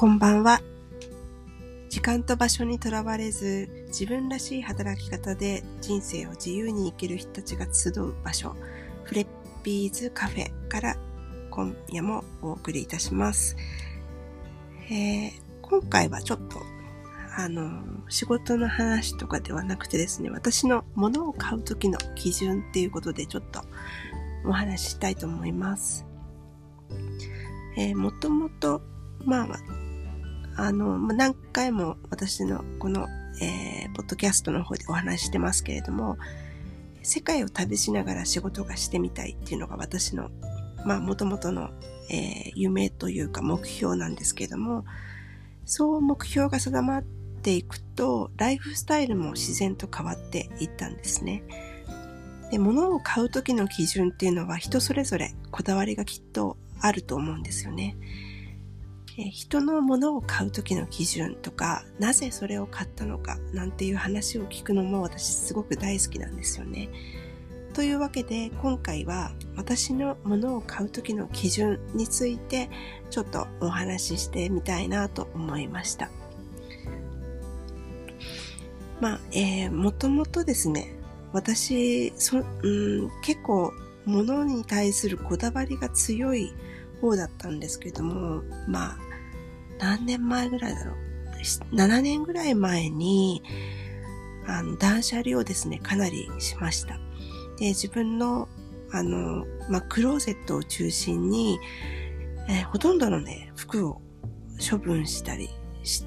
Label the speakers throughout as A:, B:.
A: こんばんは。時間と場所にとらわれず、自分らしい働き方で人生を自由に生きる人たちが集う場所、フレッピーズカフェから今夜もお送りいたします。今回はちょっと仕事の話とかではなくてですね、私の物を買う時の基準っていうことでちょっとお話ししたいと思います。もともと何回も私のこの、ポッドキャストの方でお話ししてますけれども、世界を旅しながら仕事がしてみたいっていうのが私のもともとの、夢というか目標なんですけれども、そう目標が定まっていくとライフスタイルも自然と変わっていったんですね。で、物を買う時の基準っていうのは人それぞれこだわりがきっとあると思うんですよね。人のものを買う時の基準とか、なぜそれを買ったのかなんていう話を聞くのも私すごく大好きなんですよね。というわけで今回は私のものを買う時の基準についてちょっとお話ししてみたいなと思いました。もともとですね、私結構物に対するこだわりが強い方だったんですけども、何年前ぐらいだろう、7年ぐらい前に断捨離をですねかなりしました。で、自分のクローゼットを中心に、ほとんどのね服を処分したりして、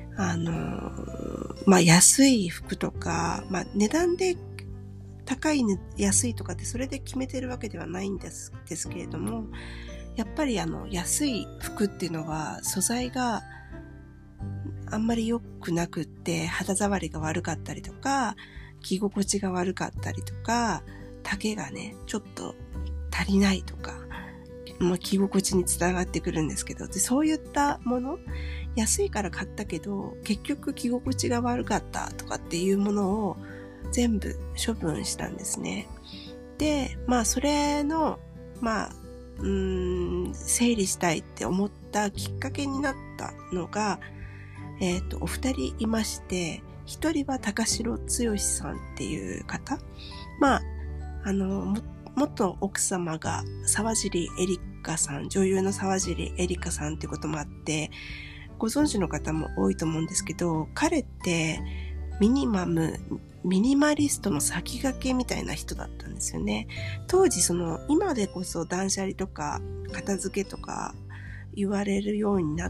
A: 安い服とか、値段で高い、安いとかってそれで決めてるわけではないんですけれども、やっぱり安い服っていうのは素材があんまり良くなくって肌触りが悪かったりとか、着心地が悪かったりとか、丈がねちょっと足りないとか、着心地につながってくるんですけど、でそういったもの、安いから買ったけど結局着心地が悪かったとかっていうものを全部処分したんですね。で、それの整理したいって思ったきっかけになったのが、お二人いまして、一人は高城剛さんっていう方、元奥様が沢尻エリカさん、女優の沢尻エリカさんってこともあってご存知の方も多いと思うんですけど、彼ってミニマリストの先駆けみたいな人だったんですよね。当時今でこそ断捨離とか片付けとか言われるようになって、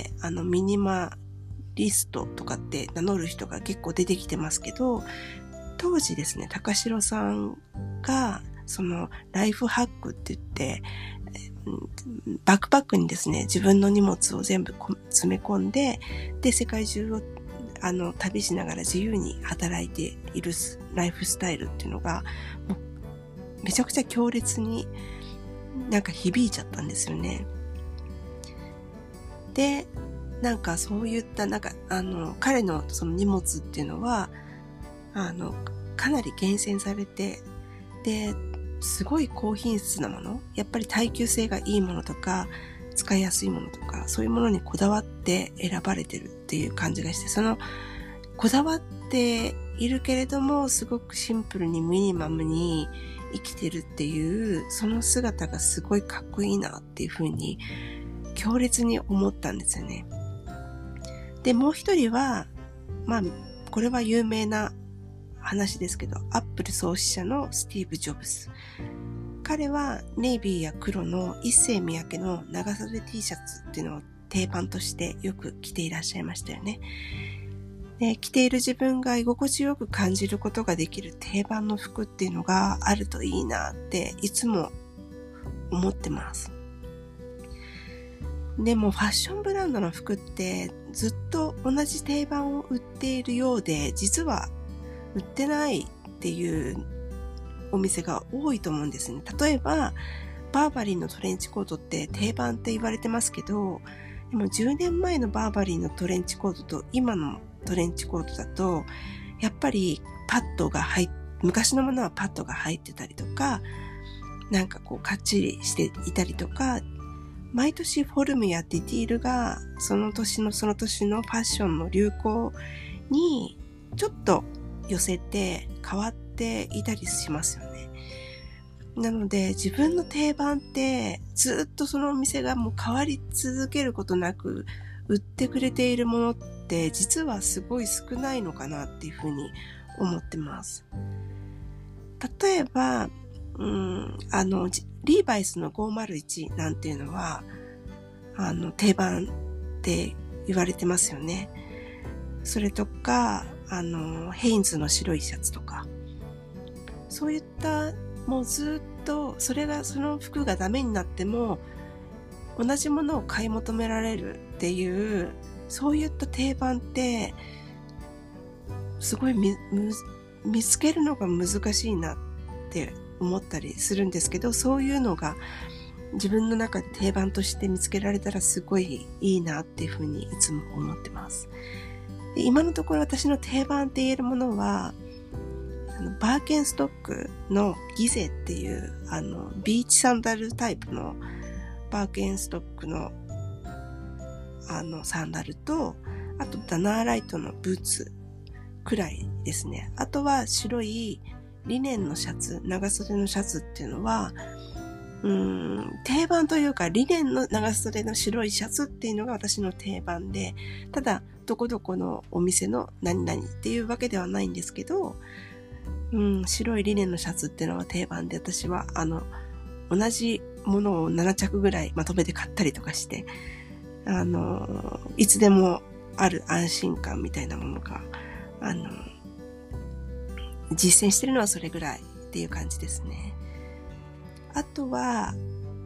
A: ミニマリストとかって名乗る人が結構出てきてますけど、当時ですね、高城さんがライフハックって言ってバックパックにですね自分の荷物を全部詰め込んで、世界中を旅しながら自由に働いているライフスタイルっていうのがもうめちゃくちゃ強烈に響いちゃったんですよね。で、そういった彼のその荷物っていうのはかなり厳選されて、ですごい高品質なもの、やっぱり耐久性がいいものとか使いやすいものとか、そういうものにこだわって選ばれてるっていう感じがして、こだわっているけれどもすごくシンプルにミニマムに生きてるっていうその姿がすごいかっこいいなっていう風に強烈に思ったんですよね。で、もう一人はこれは有名な話ですけど、アップル創始者のスティーブ・ジョブズ。彼はネイビーや黒の一世三宅の長袖 T シャツっていうのを定番としてよく着ていらっしゃいましたよね。で、着ている自分が居心地よく感じることができる定番の服っていうのがあるといいなっていつも思ってます。でもファッションブランドの服ってずっと同じ定番を売っているようで、実は売ってないっていうお店が多いと思うんですね。例えばバーバリーのトレンチコートって定番って言われてますけど、でも10年前のバーバリーのトレンチコートと今のトレンチコートだとやっぱり昔のものはパッドが入ってたりとか、かっちりしていたりとか、 毎年フォルムやディティールがその年のファッションの流行にちょっと寄せて変わっていたりしますよね。なので自分の定番ってずっとそのお店がもう変わり続けることなく売ってくれているものって実はすごい少ないのかなっていうふうに思ってます。例えば、リーバイスの501なんていうのは定番って言われてますよね。それとかヘインズの白いシャツとか、そういったもうずっとその服がダメになっても同じものを買い求められるっていうそういった定番ってすごい見つけるのが難しいなって思ったりするんですけど、そういうのが自分の中で定番として見つけられたらすごいいいなっていうふうにいつも思ってます。で今のところ私の定番って言えるものはバーケンストックのギゼっていうビーチサンダルタイプのバーケンストックのサンダルと、あとダナーライトのブーツくらいですね。あとは白いリネンのシャツ、長袖のシャツっていうのは定番というかリネンの長袖の白いシャツっていうのが私の定番で、ただどこどこのお店の何々っていうわけではないんですけど、白いリネンのシャツっていうのは定番で、私は同じものを7着ぐらいまとめて買ったりとかして、いつでもある安心感みたいなものが実践してるのはそれぐらいっていう感じですね。あとは、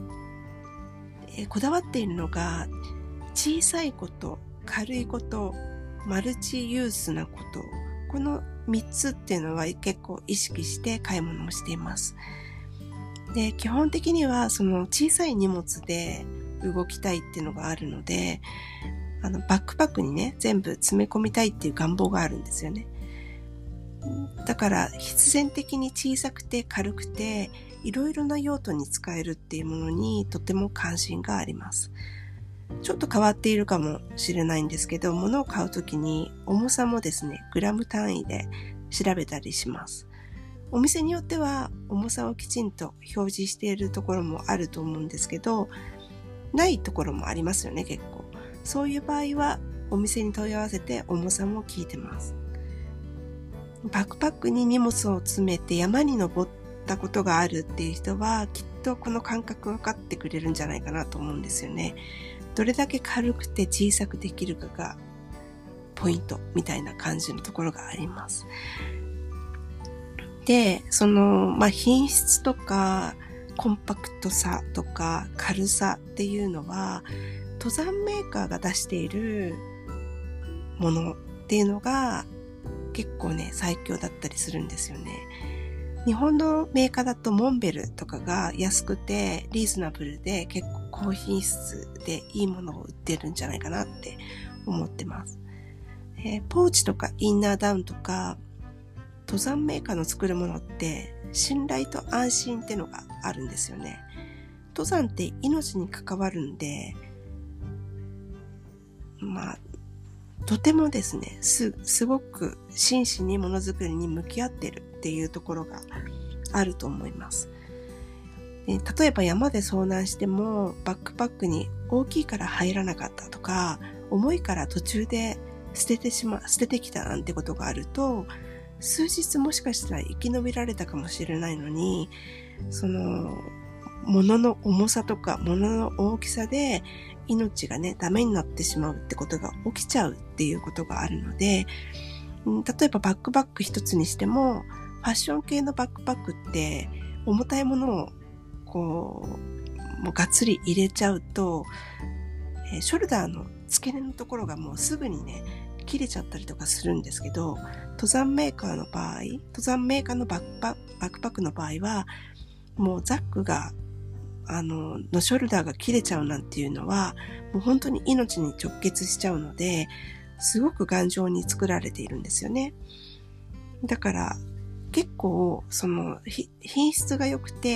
A: こだわっているのが小さいこと、軽いこと、マルチユースなこと、この3つっていうのは結構意識して買い物をしています。で、基本的にはその小さい荷物で動きたいっていうのがあるので、バックパックにね、全部詰め込みたいっていう願望があるんですよね。だから必然的に小さくて軽くていろいろな用途に使えるっていうものにとても関心があります。ちょっと変わっているかもしれないんですけど、物を買うときに重さもですね、グラム単位で調べたりします。お店によっては重さをきちんと表示しているところもあると思うんですけど、ないところもありますよね、結構。そういう場合はお店に問い合わせて重さも聞いてます。バックパックに荷物を詰めて山に登ったことがあるっていう人はきっとこの感覚分かってくれるんじゃないかなと思うんですよね。どれだけ軽くて小さくできるかがポイントみたいな感じのところがあります。で、品質とかコンパクトさとか軽さっていうのは登山メーカーが出しているものっていうのが結構ね最強だったりするんですよね。日本のメーカーだとモンベルとかが安くてリーズナブルで結構高品質でいいものを売ってるんじゃないかなって思ってます。ポーチとかインナーダウンとか登山メーカーの作るものって信頼と安心ってのがあるんですよね。登山って命に関わるんで、とてもですね、すごく真摯にものづくりに向き合ってるっていうところがあると思います。例えば山で遭難してもバックパックに大きいから入らなかったとか、重いから途中で捨ててきたなんてことがあると、数日もしかしたら生き延びられたかもしれないのに、その物の重さとか物の大きさで命がねダメになってしまうってことが起きちゃうっていうことがあるので、例えばバックパック一つにしてもファッション系のバックパックって重たいものをもうがっつり入れちゃうと、ショルダーの付け根のところがもうすぐにね切れちゃったりとかするんですけど、登山メーカーのバックパックの場合はもうザックがのショルダーが切れちゃうなんていうのはもう本当に命に直結しちゃうので、すごく頑丈に作られているんですよね。だから結構品質が良くて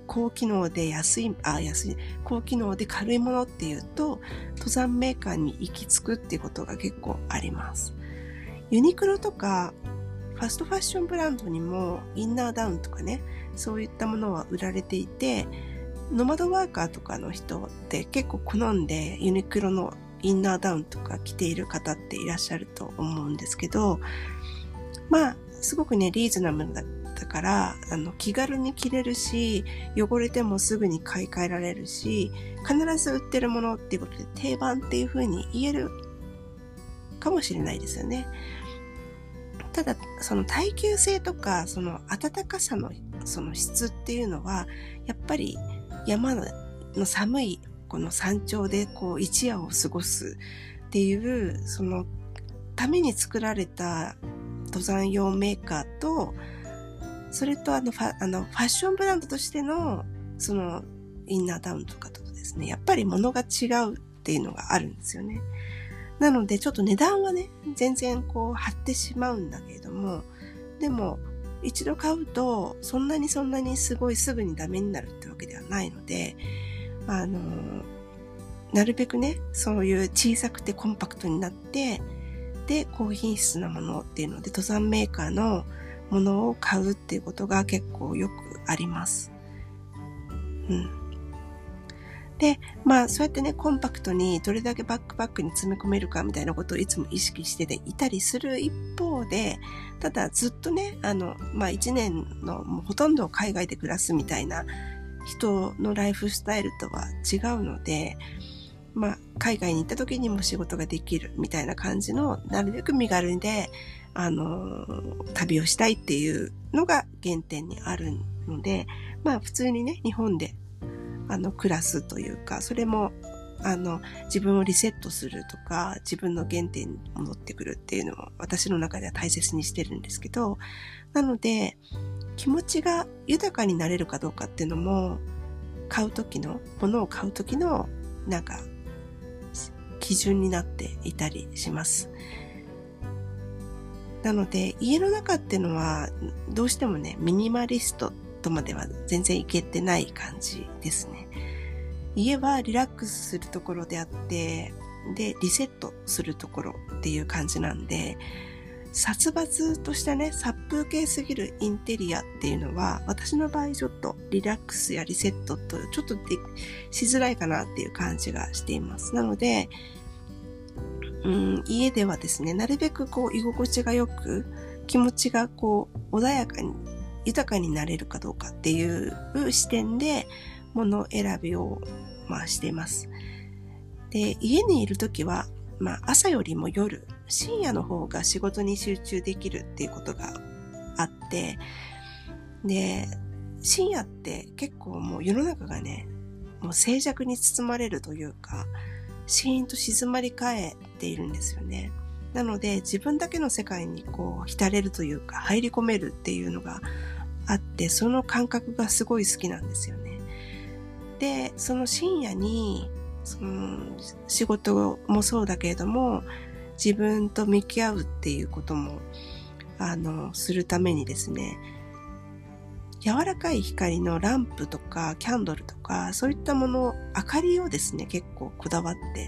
A: 高機能で高機能で軽いものっていうと、登山メーカーに行き着くっていうことが結構あります。ユニクロとか、ファストファッションブランドにもインナーダウンとかね、そういったものは売られていて、ノマドワーカーとかの人って結構好んでユニクロのインナーダウンとか着ている方っていらっしゃると思うんですけど、まあ、すごくね、リーズナブルだから、気軽に着れるし、汚れてもすぐに買い替えられるし、必ず売ってるものっていうことで定番っていう風に言えるかもしれないですよね。ただ、その耐久性とか、その暖かさのその質っていうのは、やっぱり山の寒いこの山頂でこう一夜を過ごすっていう、そのために作られた登山用メーカーと、それとファッションブランドとしてのそのインナーダウンとかとですね、やっぱり物が違うっていうのがあるんですよね。なのでちょっと値段はね、全然こう張ってしまうんだけれども、でも一度買うとそんなにすごいすぐにダメになるってわけではないので、なるべくね、そういう小さくてコンパクトになって、で、高品質なものっていうので、登山メーカーのものを買うっていうことが結構よくあります。うん。で、まあそうやってね、コンパクトにどれだけバックパックに詰め込めるかみたいなことをいつも意識してていたりする一方で、ただずっとね、一年のもうほとんど海外で暮らすみたいな人のライフスタイルとは違うので、海外に行った時にも仕事ができるみたいな感じの、なるべく身軽で、旅をしたいっていうのが原点にあるので、普通にね、日本で、暮らすというか、それも、自分をリセットするとか、自分の原点に戻ってくるっていうのを私の中では大切にしてるんですけど、なので、気持ちが豊かになれるかどうかっていうのも、物を買う時の、基準になっていたりします。なので、家の中っていうのは、どうしてもね、ミニマリストとまでは全然いけてない感じですね。家はリラックスするところであって、で、リセットするところっていう感じなんで、殺伐としたね、殺風景すぎるインテリアっていうのは、私の場合ちょっとリラックスやリセットとちょっとしづらいかなっていう感じがしています。なので、家ではですね、なるべくこう居心地が良く、気持ちがこう穏やかに豊かになれるかどうかっていう視点で物選びをしています。で、家にいるときは、朝よりも夜、深夜の方が仕事に集中できるっていうことがあって、で、深夜って結構もう世の中がね、もう静寂に包まれるというか、シーンと静まり返っているんですよね。なので自分だけの世界にこう浸れるというか入り込めるっていうのがあって、その感覚がすごい好きなんですよね。で、その深夜に仕事もそうだけれども、自分と向き合うっていうこともするためにですね、柔らかい光のランプとかキャンドルとかそういったもの、明かりをですね、結構こだわって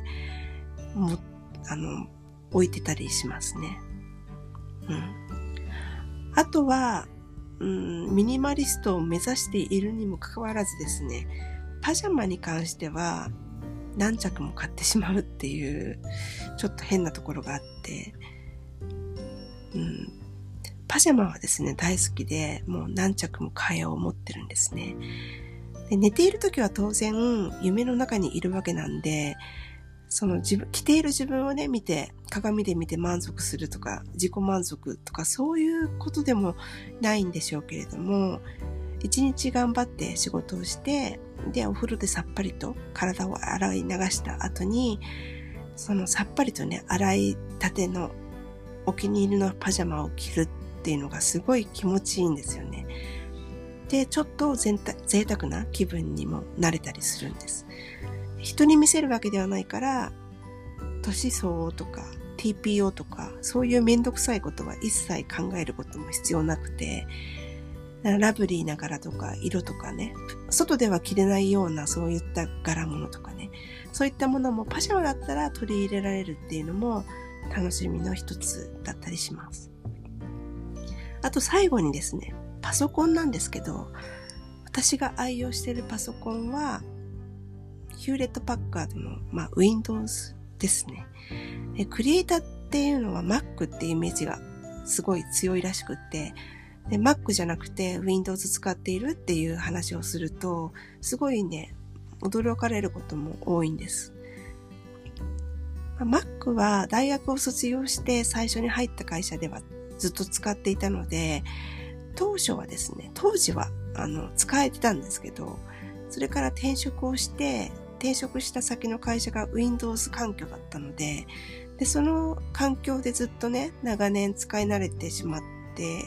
A: 置いてたりしますね。あとは、ミニマリストを目指しているにもかかわらずですね、パジャマに関しては何着も買ってしまうっていうちょっと変なところがあって、パジャマはですね、大好きで、もう何着も替えを持ってるんですね。で、寝ているときは当然、夢の中にいるわけなんで、着ている自分をね、見て、鏡で見て満足するとか、自己満足とか、そういうことでもないんでしょうけれども、一日頑張って仕事をして、で、お風呂でさっぱりと体を洗い流した後に、さっぱりとね、洗いたてのお気に入りのパジャマを着るっていうのがすごい気持ちいいんですよね。で、ちょっと贅沢な気分にもなれたりするんです。人に見せるわけではないから、年相応とか TPO とか、そういうめんどくさいことは一切考えることも必要なくて、 ラブリーな柄とか色とかね、外では着れないようなそういった柄物とかね、そういったものもパジャマだったら取り入れられるっていうのも楽しみの一つだったりします。あと最後にですね、パソコンなんですけど、私が愛用しているパソコンはヒューレット・パッカードの、Windows ですね。クリエイターっていうのは Mac っていうイメージがすごい強いらしくって、で Mac じゃなくて Windows 使っているっていう話をすると、すごいね、驚かれることも多いんです。Mac は大学を卒業して最初に入った会社ではずっと使っていたので、当時は使えてたんですけど、それから転職した先の会社が Windows 環境だったので、その環境でずっとね、長年使い慣れてしまって、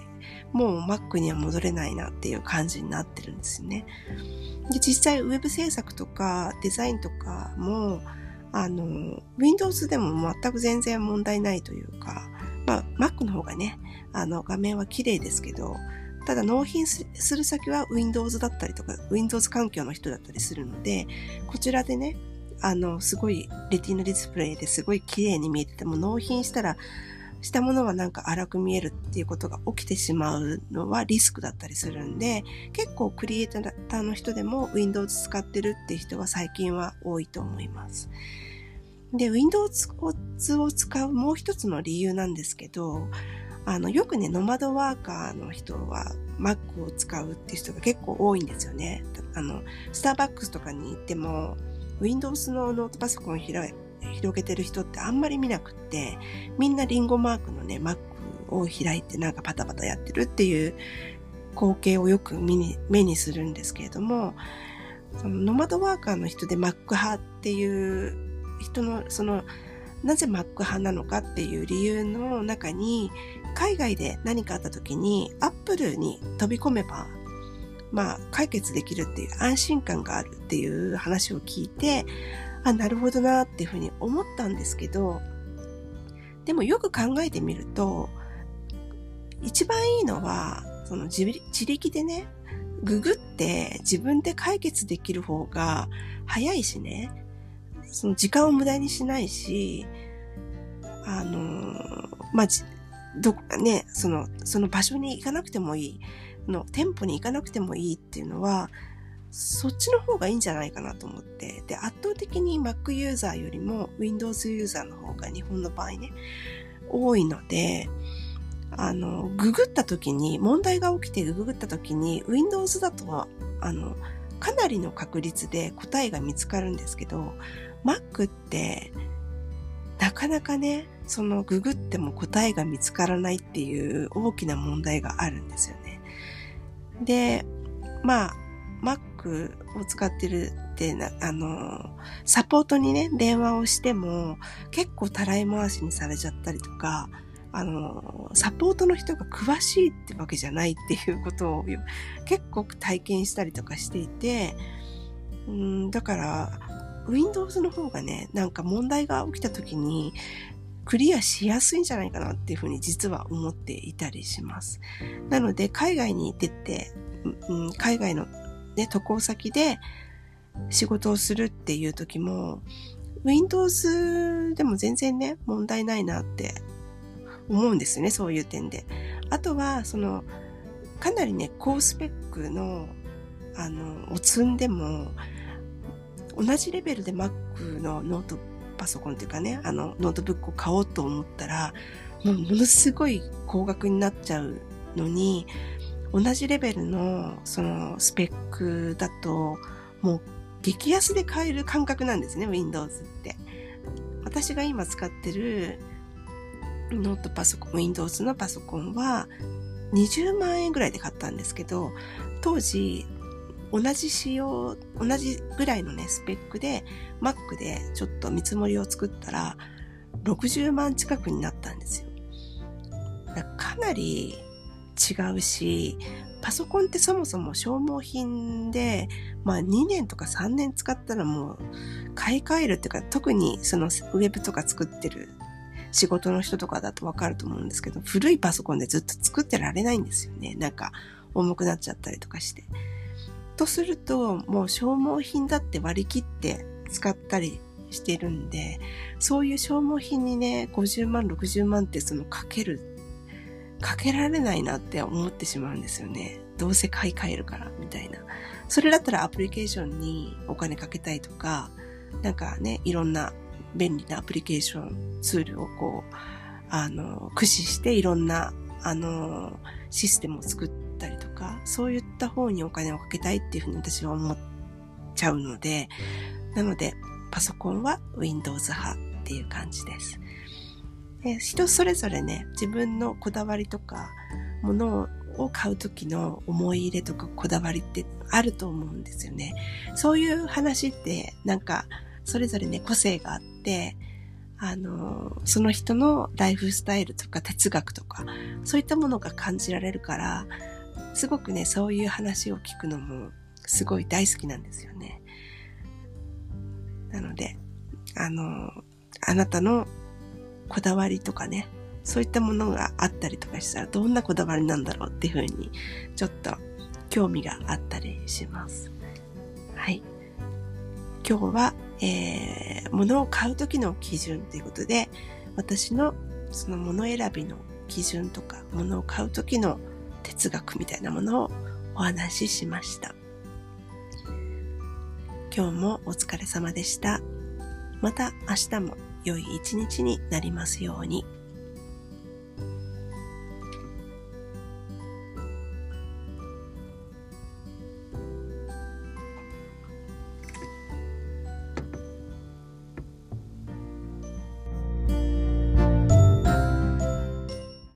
A: もう Mac には戻れないなっていう感じになってるんですよね。で、実際ウェブ制作とかデザインとかも、Windows でも全く全然問題ないというか、Mac の方がね、画面は綺麗ですけど、ただ納品する先は Windows だったりとか Windows 環境の人だったりするので、こちらでね、すごいレティーナディスプレイですごい綺麗に見えてても、納品したものはなんか荒く見えるっていうことが起きてしまうのはリスクだったりするんで、結構クリエイターの人でも Windows 使ってるっていう人は最近は多いと思います。で、Windows を使うもう一つの理由なんですけど、よくね、ノマドワーカーの人は Mac を使うっていう人が結構多いんですよね。スターバックスとかに行っても、Windows のノートパソコンを広げてる人ってあんまり見なくって、みんなリンゴマークのね、Mac を開いてなんかパタパタやってるっていう光景をよく目にするんですけれども、そのノマドワーカーの人で Mac 派っていう人の、なぜ Mac 派なのかっていう理由の中に、海外で何かあった時に Apple に飛び込めば、解決できるっていう安心感があるっていう話を聞いて、なるほどなっていうふうに思ったんですけど、でもよく考えてみると、一番いいのは、自力でね、ググって自分で解決できる方が早いしね、その時間を無駄にしないし、その場所に行かなくてもいい、店舗に行かなくてもいいっていうのは、そっちの方がいいんじゃないかなと思って。で、圧倒的に Mac ユーザーよりも Windows ユーザーの方が日本の場合ね、多いので、ググった時に、問題が起きてググった時に、Windows だと、かなりの確率で答えが見つかるんですけど、Mac って、なかなかね、ググっても答えが見つからないっていう大きな問題があるんですよね。で、Mac を使ってるってサポートにね、電話をしても、結構たらい回しにされちゃったりとか、サポートの人が詳しいってわけじゃないっていうことを結構体験したりとかしていて、だから、Windows の方がね、なんか問題が起きた時にクリアしやすいんじゃないかなっていうふうに実は思っていたりします。なので、海外に出て、海外のね、渡航先で仕事をするっていう時も、Windows でも全然ね、問題ないなって思うんですよね、そういう点で。あとは、かなりね、高スペックの、を積んでも、同じレベルで Mac のノートパソコンっていうかね、ノートブックを買おうと思ったら、ものすごい高額になっちゃうのに、同じレベルの、スペックだと、もう、激安で買える感覚なんですね、Windows って。私が今使ってるノートパソコン、Windows のパソコンは、20万円ぐらいで買ったんですけど、当時、同じぐらいのね、スペックで、Mac でちょっと見積もりを作ったら、60万近くになったんですよ。かなり違うし、パソコンってそもそも消耗品で、2年とか3年使ったらもう買い替えるっていうか、特にウェブとか作ってる仕事の人とかだとわかると思うんですけど、古いパソコンでずっと作ってられないんですよね。なんか重くなっちゃったりとかして。とすると、もう消耗品だって割り切って使ったりしてるんで、そういう消耗品にね、50万、60万ってかけられないなって思ってしまうんですよね。どうせ買い替えるから、みたいな。それだったらアプリケーションにお金かけたいとか、なんかね、いろんな便利なアプリケーションツールを駆使していろんな、システムを作ったりとか、そういった方にお金をかけたいっていうふうに私は思っちゃうので、なので、パソコンは Windows 派っていう感じです。人それぞれね、自分のこだわりとか、ものを買うときの思い入れとかこだわりってあると思うんですよね。そういう話ってなんかそれぞれね個性があって、その人のライフスタイルとか哲学とかそういったものが感じられるから、すごくねそういう話を聞くのもすごい大好きなんですよね。なのであなたのこだわりとかね、そういったものがあったりとかしたらどんなこだわりなんだろうっていうふうにちょっと興味があったりします。はい。今日は、物を買う時の基準ということで、私のその物選びの基準とか、物を買う時の哲学みたいなものをお話ししました。今日もお疲れ様でした。また明日も良い一日になりますように。